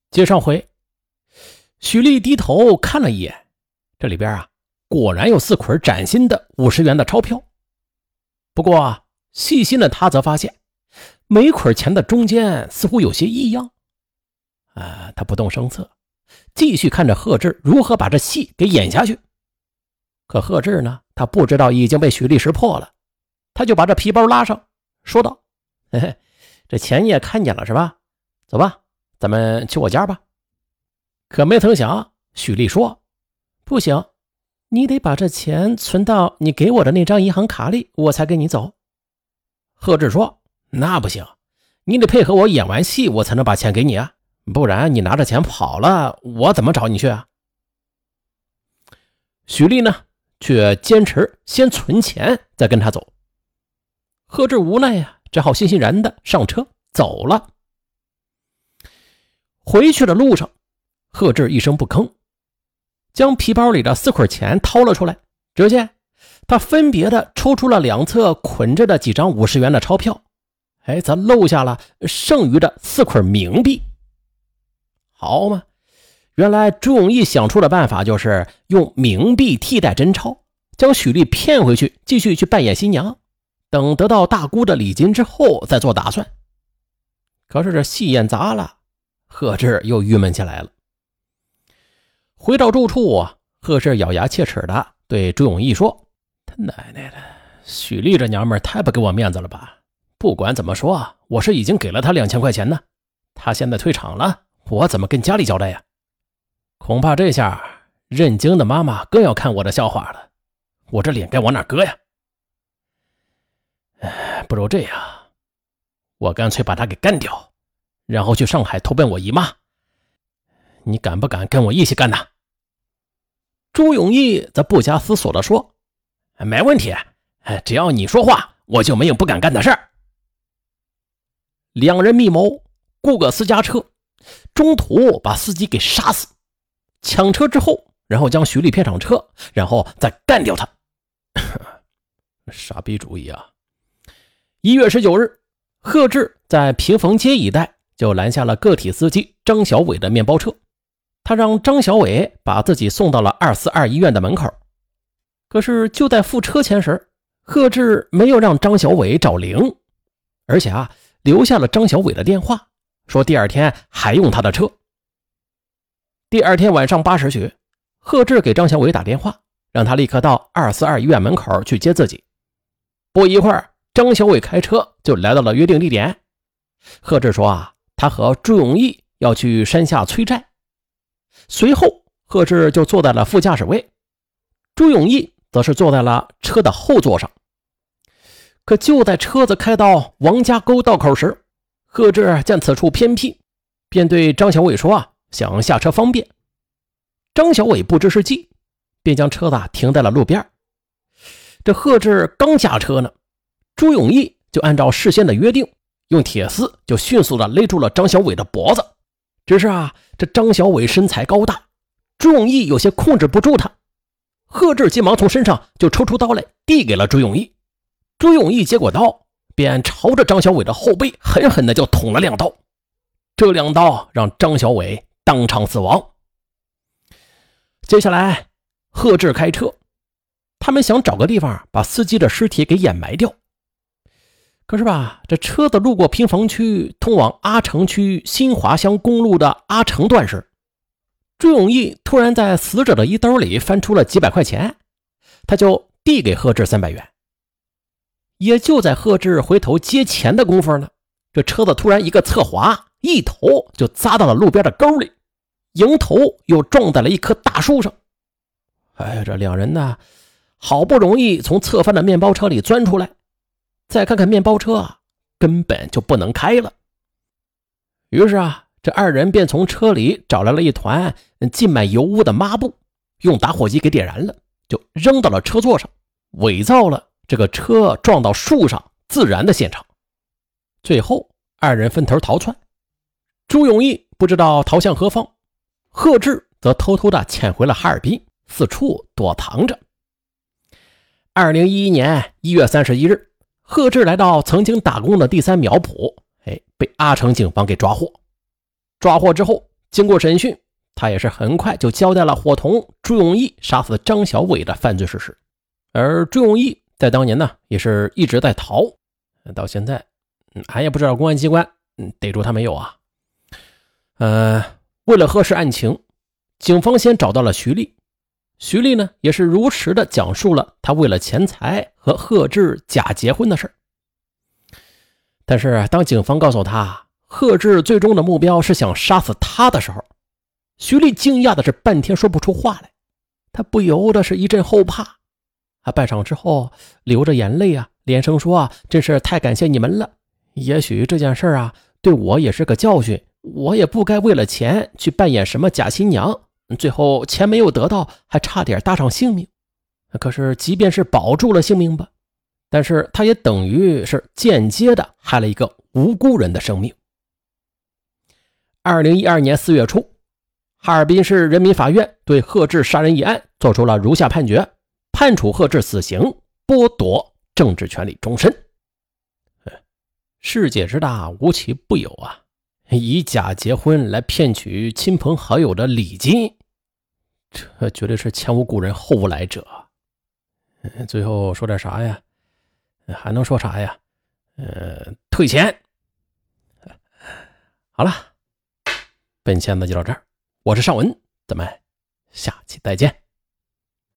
接上回，许丽低头看了一眼，这里边果然有4捆崭新的50元的钞票。不过细心的他则发现，每捆钱的中间似乎有些异样。他不动声色，继续看着贺志如何把这戏给演下去。可贺志呢，他不知道已经被许丽识破了，他就把这皮包拉上，说道：嘿嘿，这钱你也看见了是吧？走吧，咱们去我家吧。可没曾想，许丽说：不行，你得把这钱存到你给我的那张银行卡里，我才跟你走。贺志说：那不行，你得配合我演完戏，我才能把钱给你啊，不然你拿着钱跑了，我怎么找你去啊？许丽呢，却坚持先存钱再跟他走。贺志无奈只好悻悻然的上车走了。回去的路上，贺志一声不吭，将皮包里的4捆钱掏了出来。只见他分别的抽出了2侧捆着的几张50元的钞票，则漏下了剩余的4捆冥币。好嘛，原来朱永义想出的办法就是用冥币替代真钞，将许丽骗回去，继续去扮演新娘，等得到大姑的礼金之后再做打算。可是这戏演砸了，贺志又郁闷起来了。回到住处，贺志咬牙切齿的对朱永义说：他奶奶的，许丽这娘们太不给我面子了吧，不管怎么说，我是已经给了她2000块钱呢，她现在退场了，我怎么跟家里交代呀？恐怕这下认经的妈妈更要看我的笑话了，我这脸该往哪搁呀？不如这样，我干脆把她给干掉，然后去上海投奔我姨妈，你敢不敢跟我一起干呢？朱永义则不假思索地说：没问题，只要你说话，我就没有不敢干的事儿。2人密谋雇个私家车，中途把司机给杀死，抢车之后，然后将徐丽骗上车，然后再干掉他。傻逼主意啊！1月19日，贺志在平逢街一带就拦下了个体司机张小伟的面包车，他让张小伟把自己送到了242医院的门口。可是就在付车钱时，贺志没有让张小伟找零，而且留下了张小伟的电话，说第二天还用他的车。第二天晚上8时许，贺志给张小伟打电话，让他立刻到242医院门口去接自己。不一会儿，张小伟开车就来到了约定地点。贺志说他和朱永义要去山下催债。随后贺志就坐在了副驾驶位，朱永义则是坐在了车的后座上。可就在车子开到王家沟道口时，贺志见此处偏僻，便对张小伟说想下车方便。张小伟不知是计，便将车子停在了路边。这贺志刚下车呢，朱永义就按照事先的约定，用铁丝就迅速的勒住了张小伟的脖子。只是这张小伟身材高大，朱永义有些控制不住他。贺志急忙从身上就抽出刀来，递给了朱永义。朱永义接过刀，便朝着张小伟的后背狠狠的就捅了2刀。这2刀让张小伟当场死亡。接下来贺志开车，他们想找个地方把司机的尸体给掩埋掉。可是这车子路过平房区通往阿城区新华乡公路的阿城段时，朱永义突然在死者的衣兜里翻出了几百块钱，他就递给贺志300元。也就在贺志回头接钱的功夫呢，这车子突然一个侧滑，一头就扎到了路边的沟里，迎头又撞在了一棵大树上。这2人呢，好不容易从侧翻的面包车里钻出来，再看看面包车根本就不能开了。于是这2人便从车里找来了一团浸满油污的抹布，用打火机给点燃了，就扔到了车座上，伪造了这个车撞到树上自燃的现场。最后2人分头逃窜，朱永义不知道逃向何方，贺志则偷偷的潜回了哈尔滨，四处躲藏着。2011年1月31日，贺志来到曾经打工的第3苗圃，被阿城警方给抓获。抓获之后， 经过审讯，他也是很快就交代了伙同朱永义杀死张小伟的犯罪事实。而朱永义在当年呢，也是一直在逃，到现在俺也不知道公安机关逮住他没有啊。为了核实案情，警方先找到了徐丽。徐丽呢，也是如实的讲述了他为了钱财和贺志假结婚的事。但是当警方告诉他贺志最终的目标是想杀死他的时候，徐丽惊讶的是半天说不出话来，他不由得是一阵后怕。半晌之后流着眼泪连声说真是太感谢你们了，也许这件事对我也是个教训，我也不该为了钱去扮演什么假新娘，最后钱没有得到，还差点搭上性命。可是即便是保住了性命吧，但是他也等于是间接的害了一个无辜人的生命。2012年4月初，哈尔滨市人民法院对贺志杀人一案作出了如下判决，判处贺志死刑，剥夺政治权利终身。世界之大，无奇不有以假结婚来骗取亲朋好友的礼金，这绝对是前无古人后无来者。最后说点啥呀？还能说啥呀？退钱。好了，本期案子就到这儿，我是尚文，咱们下期再见。